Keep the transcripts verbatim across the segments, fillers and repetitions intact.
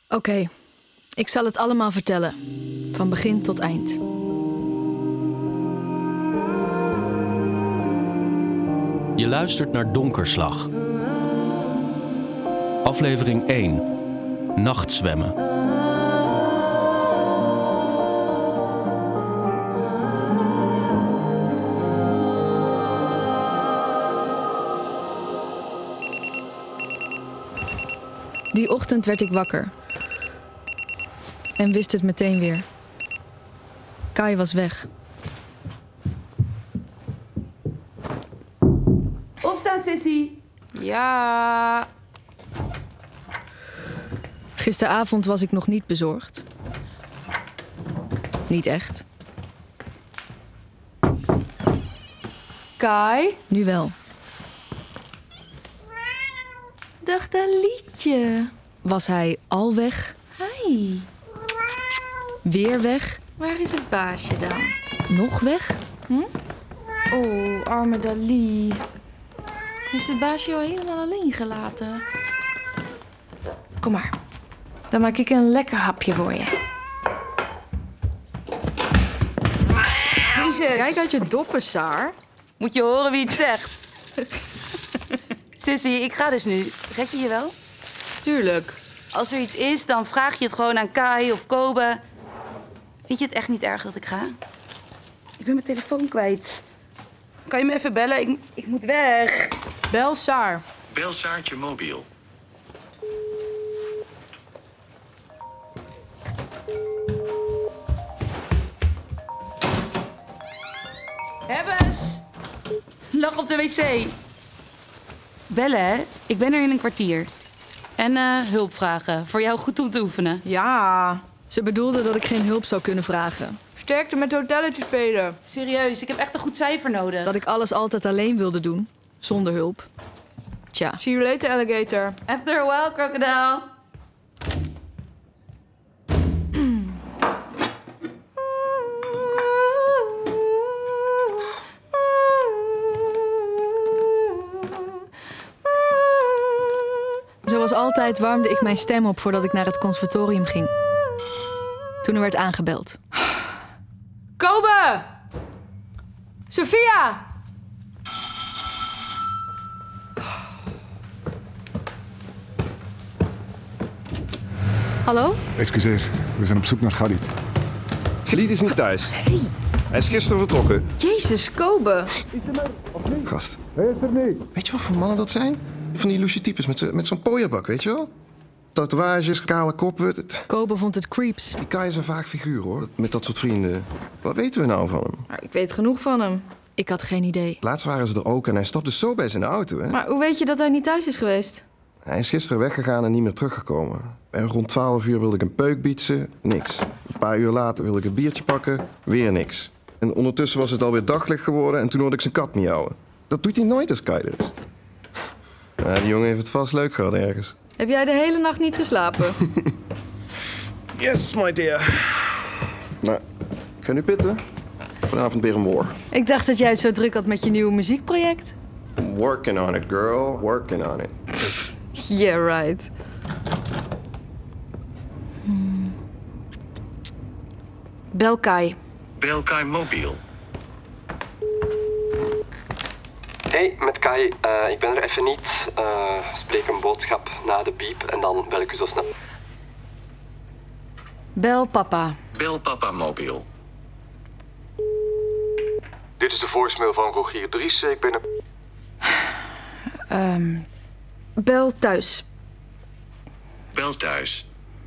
Oké, okay. Ik zal het allemaal vertellen. Van begin tot eind. Je luistert naar Donkerslag. Aflevering één. Nachtzwemmen. Die ochtend werd ik wakker. En wist het meteen weer. Kai was weg. Opstaan, Sissy. Ja. Gisteravond was ik nog niet bezorgd. Niet echt. Kai? Nu wel. Dag, Dalietje. Was hij al weg? Hi. Weer weg? Waar is het baasje dan? Nog weg? Hm? Oh, arme Dali. Heeft het baasje jou helemaal alleen gelaten? Kom maar. Dan maak ik een lekker hapje voor je. Jezus. Kijk uit je doppen, Saar. Moet je horen wie het zegt. Sissy, ik ga dus nu. Red je je wel? Tuurlijk. Als er iets is, dan vraag je het gewoon aan Kai of Kobe. Vind je het echt niet erg dat ik ga? Ik ben mijn telefoon kwijt. Kan je me even bellen? Ik, ik moet weg. Bel Saar. Bel Saartje mobiel. Hebbes! Lag op de wc. Bellen, hè? Ik ben er in een kwartier. En uh, hulp vragen. Voor jou goed om te oefenen. Ja. Ze bedoelde dat ik geen hulp zou kunnen vragen. Sterkte met hotelletje spelen. Serieus, ik heb echt een goed cijfer nodig. Dat ik alles altijd alleen wilde doen. Zonder hulp. Tja. See you later, alligator. After a while, crocodile. Zoals altijd warmde ik mijn stem op voordat ik naar het conservatorium ging. Toen er werd aangebeld. Kobe! Sophia! Hallo? Excuseer, we zijn op zoek naar Khalid. Khalid is niet thuis. Hey. Hij is gisteren vertrokken. Jezus, Kobe. Gast. Hij is er niet. Weet je wat voor mannen dat zijn? Van die loesje types met, met zo'n pooierbak, weet je wel? Tatoeages, kale koppen. Het... Kobe vond het creeps. Die Kai is een vaag figuur, hoor. Met dat soort vrienden. Wat weten we nou van hem? Maar ik weet genoeg van hem. Ik had geen idee. Laatst waren ze er ook en hij stapte zo bij zijn auto, hè? Maar hoe weet je dat hij niet thuis is geweest? Hij is gisteren weggegaan en niet meer teruggekomen. En rond twaalf uur wilde ik een peuk bietsen. Niks. Een paar uur later wilde ik een biertje pakken. Weer niks. En ondertussen was het alweer daglicht geworden en toen hoorde ik zijn kat miauwen. Dat doet hij nooit als Kai er is. Ja, die jongen heeft het vast leuk gehad ergens. Heb jij de hele nacht niet geslapen? Yes, my dear. Nou, ik ga nu pitten. Vanavond weer een war. Ik dacht dat jij het zo druk had met je nieuwe muziekproject. Working on it, girl. Working on it. Yeah, right. Hmm. Bel Kai. Bel Kai mobiel. Hey, met Kai. Uh, ik ben er even niet. Uh, spreek een boodschap na de piep en dan bel ik u zo snel. Bel papa. Bel papa mobiel. Dit is de voicemail van Rogier Driessen. Ik ben er... Um, bel thuis. Bel thuis.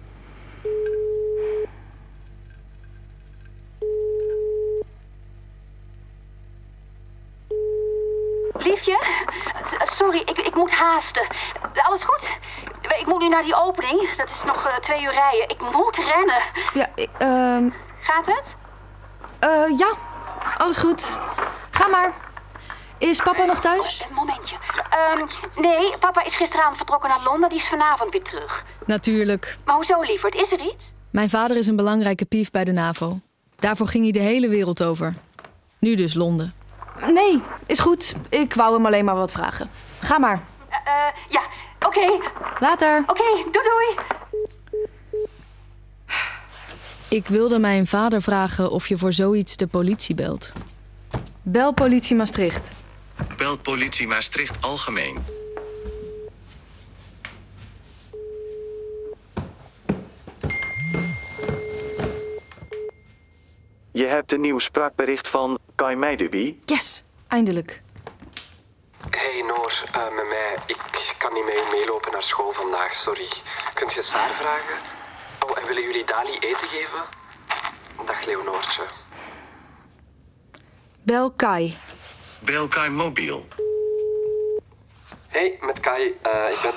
Liefje, sorry, ik, ik moet haasten. Alles goed? Ik moet nu naar die opening. Dat is nog uh, twee uur rijden. Ik moet rennen. Ja, ehm... Um... Gaat het? Uh, ja, alles goed. Ga maar. Is papa nog thuis? Oh, een momentje. Um, nee, papa is gisteravond vertrokken naar Londen. Die is vanavond weer terug. Natuurlijk. Maar hoezo, lieverd? Is er iets? Mijn vader is een belangrijke pief bij de NAVO. Daarvoor ging hij de hele wereld over. Nu dus Londen. Nee, is goed. Ik wou hem alleen maar wat vragen. Ga maar. Uh, uh, ja, oké. Okay. Later. Oké, okay, doei doei. Ik wilde mijn vader vragen of je voor zoiets de politie belt. Bel politie Maastricht. Belt politie Maastricht algemeen. Je hebt een nieuw spraakbericht van Kai Meijerby. Yes, eindelijk. Hey Noor, uh, met mij. Ik kan niet met u meelopen naar school vandaag, sorry. Kunt je Saar vragen? Oh, en willen jullie Dali eten geven? Dag Leonoortje. Bel Kai. Bel Kai Mobiel. Hey, met Kai. Uh, ik ben...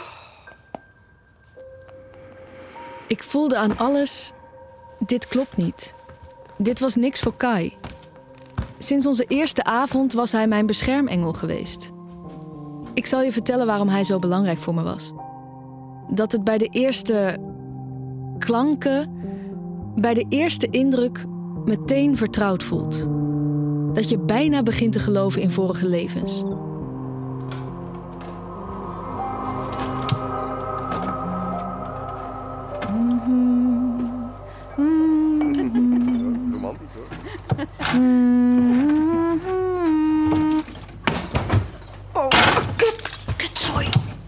Ik voelde aan alles... Dit klopt niet. Dit was niks voor Kai. Sinds onze eerste avond was hij mijn beschermengel geweest. Ik zal je vertellen waarom hij zo belangrijk voor me was. Dat het bij de eerste klanken, bij de eerste indruk meteen vertrouwd voelt. Dat je bijna begint te geloven in vorige levens. Romantisch hoor. Oh, kut, kutzooi.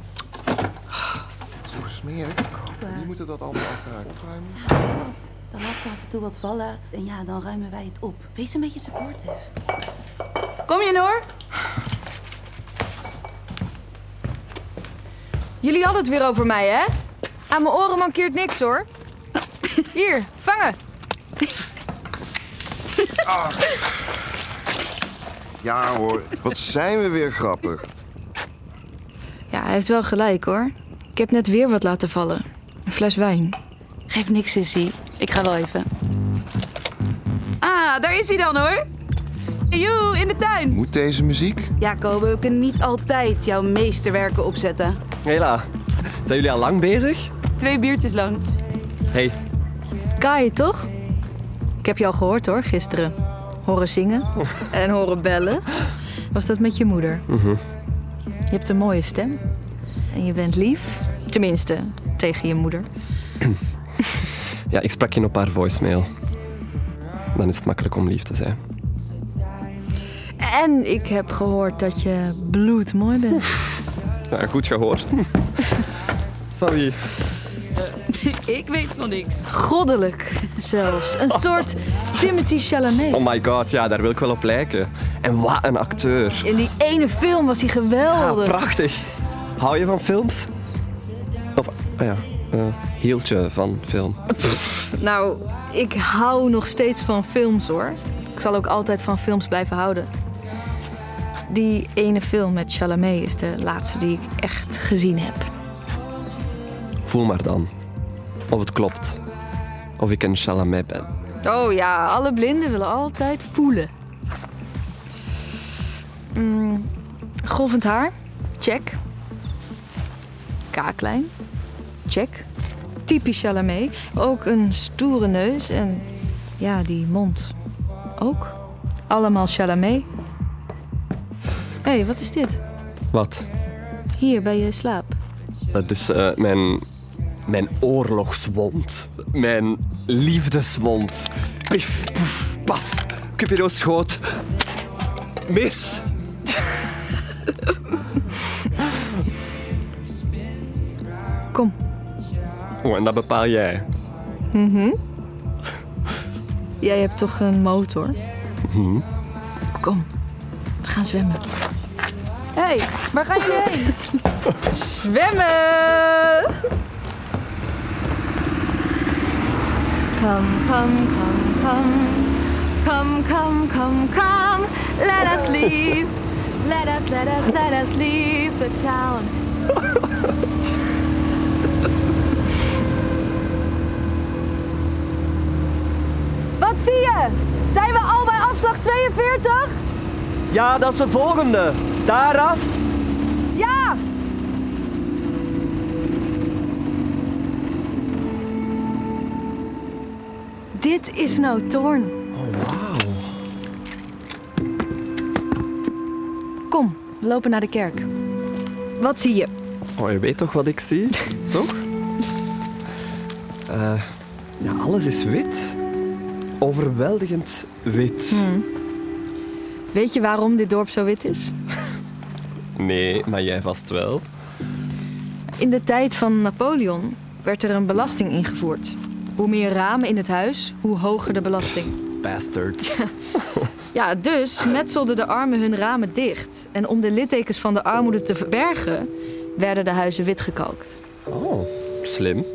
Zo smerig. Die moeten dat allemaal uiteraard opruimen. Dan laat ze af en toe wat vallen en ja, dan ruimen wij het op. Wees een beetje supportive. Kom je, Noor? Jullie hadden het weer over mij, hè? Aan mijn oren mankeert niks, hoor. Hier, vangen. Ah. Ja hoor, wat zijn we weer grappig. Ja, hij heeft wel gelijk, hoor. Ik heb net weer wat laten vallen. Een fles wijn. Geef niks, Sissy. Ik ga wel even. Ah, daar is hij dan, hoor. Joe, in de tuin. Moet deze muziek? Ja, Kobe, we kunnen niet altijd jouw meesterwerken opzetten. Hela, zijn jullie al lang bezig? Twee biertjes lang. Hey. Kai, toch? Ik heb je al gehoord, hoor, gisteren. Horen zingen en horen bellen. Was dat met je moeder? Mm-hmm. Je hebt een mooie stem. En je bent lief. Tenminste, tegen je moeder. Ja, ik sprak je op haar voicemail. Dan is het makkelijk om lief te zijn. En ik heb gehoord dat je bloedmooi bent. Ja, goed gehoord. Van wie? Ik weet van niks. Goddelijk zelfs. Een soort Timothée Chalamet. Oh my god, ja, daar wil ik wel op lijken. En wat een acteur. In die ene film was hij geweldig. Ja, prachtig. Hou je van films? Of, ah ja, uh, hield je van film? Pff, nou, ik hou nog steeds van films, hoor. Ik zal ook altijd van films blijven houden. Die ene film met Chalamet is de laatste die ik echt gezien heb. Voel maar dan. Of het klopt. Of ik een Chalamet ben. Oh ja, alle blinden willen altijd voelen. Mm, golvend haar? Check. Kaaklijn? Check. Typisch Chalamet. Ook een stoere neus en ja, die mond. Ook. Allemaal Chalamet. Hé, hey, wat is dit? Wat? Hier, bij je slaap. Dat is uh, mijn... Mijn oorlogswond. Mijn liefdeswond. Pif, poef, paf. Cupido schoot. Mis. Kom. Oh, en dat bepaal jij. Mhm. Jij hebt toch een motor? Mhm. Kom, we gaan zwemmen. Hé, hey, waar gaan jullie heen? Zwemmen! Come, come, come, come. Come, come, come, come. Let us leave. Let us, let us, let us leave the town. Wat zie je? Zijn we al bij afslag tweeënveertig? Ja, dat is de volgende. Daaraf. Ja! Dit is nou Toorn. Oh, wauw. Kom, we lopen naar de kerk. Wat zie je? Oh, je weet toch wat ik zie? Toch? Uh, ja, alles is wit. overweldigend wit. Hmm. Weet je waarom dit dorp zo wit is? Nee, maar jij vast wel. In de tijd van Napoleon werd er een belasting ingevoerd. Hoe meer ramen in het huis, hoe hoger de belasting. Bastard. Ja, dus metselden de armen hun ramen dicht. En om de littekens van de armoede te verbergen, werden de huizen wit gekalkt. Oh, slim.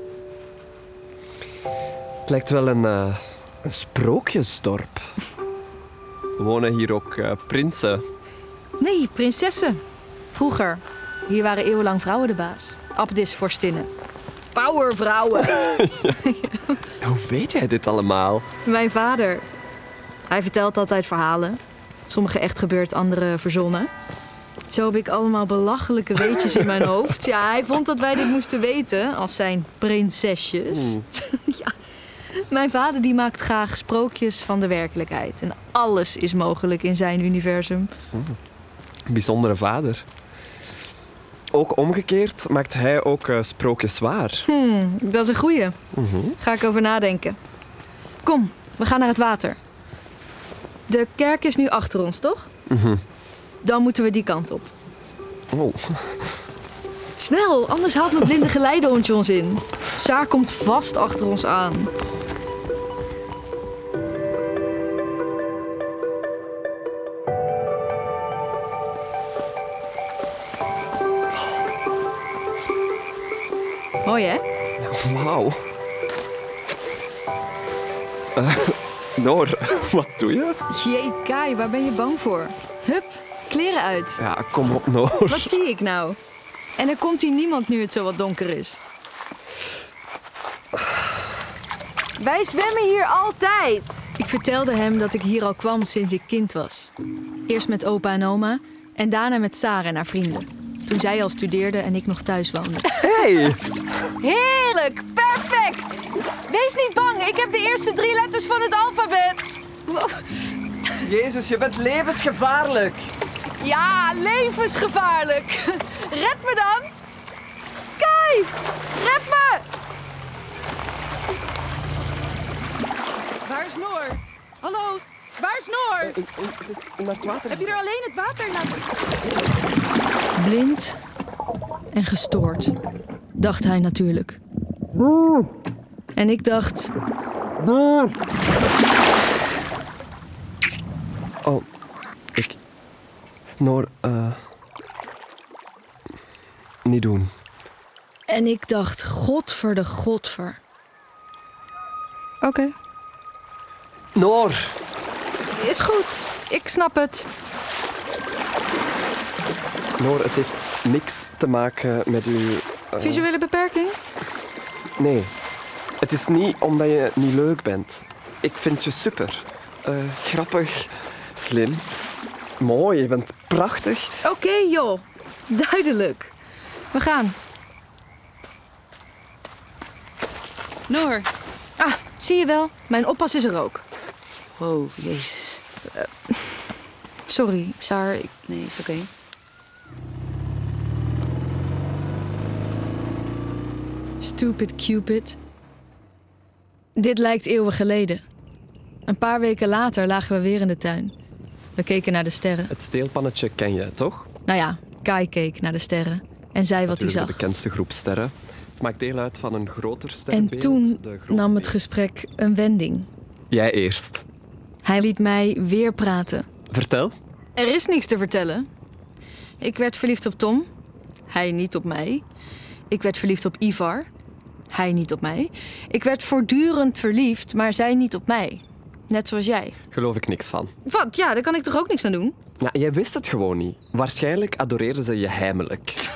Het lijkt wel een, uh, een sprookjesdorp. Wonen hier ook uh, prinsen? Nee, prinsessen. Vroeger. Hier waren eeuwenlang vrouwen de baas. Abdisvorstinnen. Powervrouwen. Hoe weet jij dit allemaal? Mijn vader. Hij vertelt altijd verhalen. Sommige echt gebeurd, andere verzonnen. Zo heb ik allemaal belachelijke weetjes in mijn hoofd. Ja, hij vond dat wij dit moesten weten als zijn prinsesjes. Mm. Ja. Mijn vader die maakt graag sprookjes van de werkelijkheid. En alles is mogelijk in zijn universum. Mm. Bijzondere vader. Ook omgekeerd maakt hij ook uh, sprookjes waar. Hmm, dat is een goeie. Mm-hmm. Ga ik over nadenken. Kom, we gaan naar het water. De kerk is nu achter ons, toch? Mm-hmm. Dan moeten we die kant op. Oh. Snel, anders haalt mijn blinde geleidehondje ons in. Saar komt vast achter ons aan. Mooi, hè? Ja, wauw. Uh, Noor, wat doe je? Jee, Kai, waar ben je bang voor? Hup, kleren uit. Ja, kom op, Noor. Wat zie ik nou? En er komt hier niemand nu het zo wat donker is. Wij zwemmen hier altijd. Ik vertelde hem dat ik hier al kwam sinds ik kind was. Eerst met opa en oma en daarna met Sarah en haar vrienden. Toen zij al studeerde en ik nog thuis woonde. Hey! Heerlijk, perfect! Wees niet bang, ik heb de eerste drie letters van het alfabet. Wow. Jezus, je bent levensgevaarlijk. Ja, levensgevaarlijk. Red me dan. Kai, red me. Waar is Noor? Hallo, waar is Noor? Uh, uh, uh, naar het water. Heb je er alleen het water laten? Blind en gestoord, dacht hij natuurlijk. En ik dacht... Oh, ik... Noor, uh... niet doen. En ik dacht, godver de godver. Oké. Okay. Noor! Is goed, ik snap het. Noor, het heeft niks te maken met uw... Uh... Visuele beperking? Nee. Het is niet omdat je niet leuk bent. Ik vind je super. Uh, grappig, slim, mooi, je bent prachtig. Oké, okay, joh. Duidelijk. We gaan. Noor. Ah, zie je wel. Mijn oppas is er ook. Oh, jezus. Uh, sorry, Saar. Ik... Nee, is oké. Okay. Stupid Cupid. Dit lijkt eeuwen geleden. Een paar weken later lagen we weer in de tuin. We keken naar de sterren. Het steelpannetje ken je, toch? Nou ja, Kai keek naar de sterren en zei wat hij zag. De bekendste groep sterren. Het maakt deel uit van een groter sterrenbeeld. En toen nam het gesprek een wending. Jij eerst. Hij liet mij weer praten. Vertel. Er is niks te vertellen. Ik werd verliefd op Tom. Hij niet op mij. Ik werd verliefd op Ivar. Hij niet op mij. Ik werd voortdurend verliefd, maar zij niet op mij. Net zoals jij. Geloof ik niks van. Wat? Ja, daar kan ik toch ook niks aan doen? Ja, jij wist het gewoon niet. Waarschijnlijk adoreerden ze je heimelijk.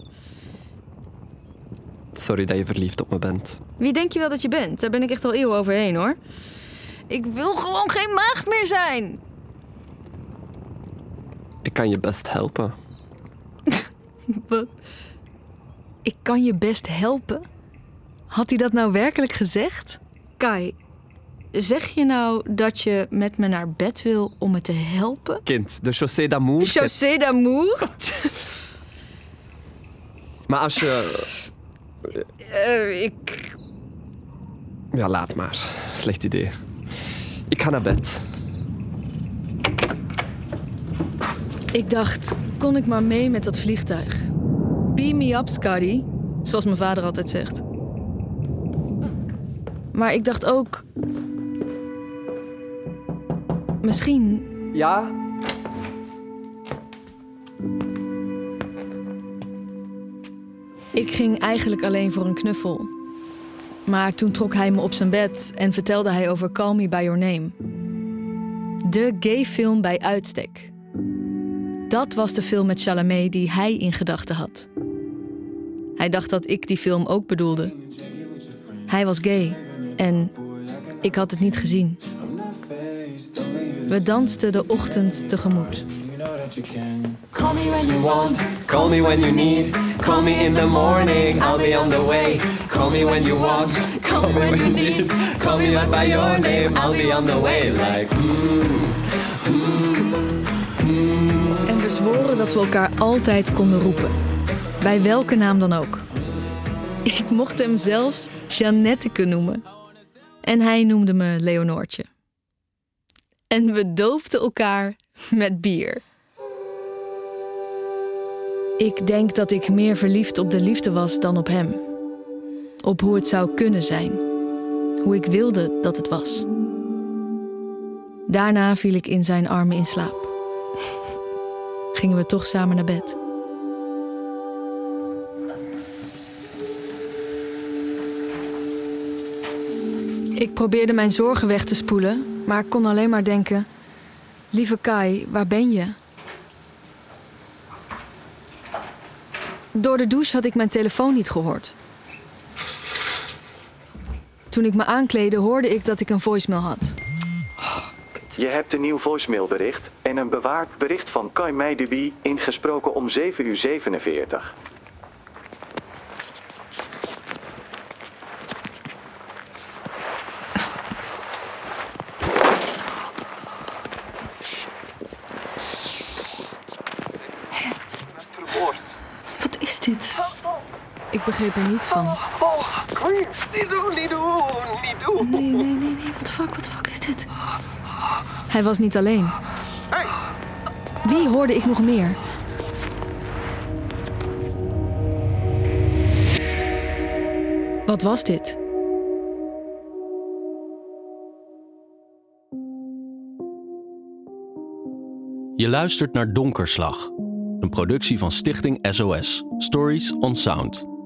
Sorry dat je verliefd op me bent. Wie denk je wel dat je bent? Daar ben ik echt al eeuwen overheen, hoor. Ik wil gewoon geen maagd meer zijn. Ik kan je best helpen. Wat? Ik kan je best helpen? Had hij dat nou werkelijk gezegd? Kai, zeg je nou dat je met me naar bed wil om me te helpen? Kind, de chaussée d'amour... Chaussée d'amour? Maar als je... Uh, ik... Ja, laat maar. Slecht idee. Ik ga naar bed. Ik dacht, kon ik maar mee met dat vliegtuig? Beam me up, Scotty, zoals mijn vader altijd zegt. Maar ik dacht ook... Misschien... Ja? Ik ging eigenlijk alleen voor een knuffel. Maar toen trok hij me op zijn bed en vertelde hij over Call Me By Your Name. De gay-film bij uitstek. Dat was de film met Chalamet die hij in gedachten had. Hij dacht dat ik die film ook bedoelde. Hij was gay en ik had het niet gezien. We dansten de ochtend tegemoet. Call me when you want, call me when you need. Call me in the morning, I'll be on the way. Call me when you want, call me when you need. Call me out by your name, I'll be on the way. Like, mm, mm, mm. En we zworen dat we elkaar altijd konden roepen. Bij welke naam dan ook. Ik mocht hem zelfs Jeannette noemen. En hij noemde me Leonoortje. En we doopten elkaar met bier. Ik denk dat ik meer verliefd op de liefde was dan op hem. Op hoe het zou kunnen zijn. Hoe ik wilde dat het was. Daarna viel ik in zijn armen in slaap. Gingen we toch samen naar bed. Ik probeerde mijn zorgen weg te spoelen, maar ik kon alleen maar denken... Lieve Kai, waar ben je? Door de douche had ik mijn telefoon niet gehoord. Toen ik me aankleedde, hoorde ik dat ik een voicemail had. Je hebt een nieuw voicemailbericht en een bewaard bericht van Kai Meiduby ingesproken om zeven uur zevenenveertig. Wat is dit? Ik begreep er niets van. Oh, niet doen, niet doen, niet doen. Nee, nee, nee, nee. What the fuck, what the fuck is dit? Hij was niet alleen. Hey. Wie hoorde ik nog meer? Wat was dit? Je luistert naar Donkerslag, een productie van Stichting S O S, Stories on Sound.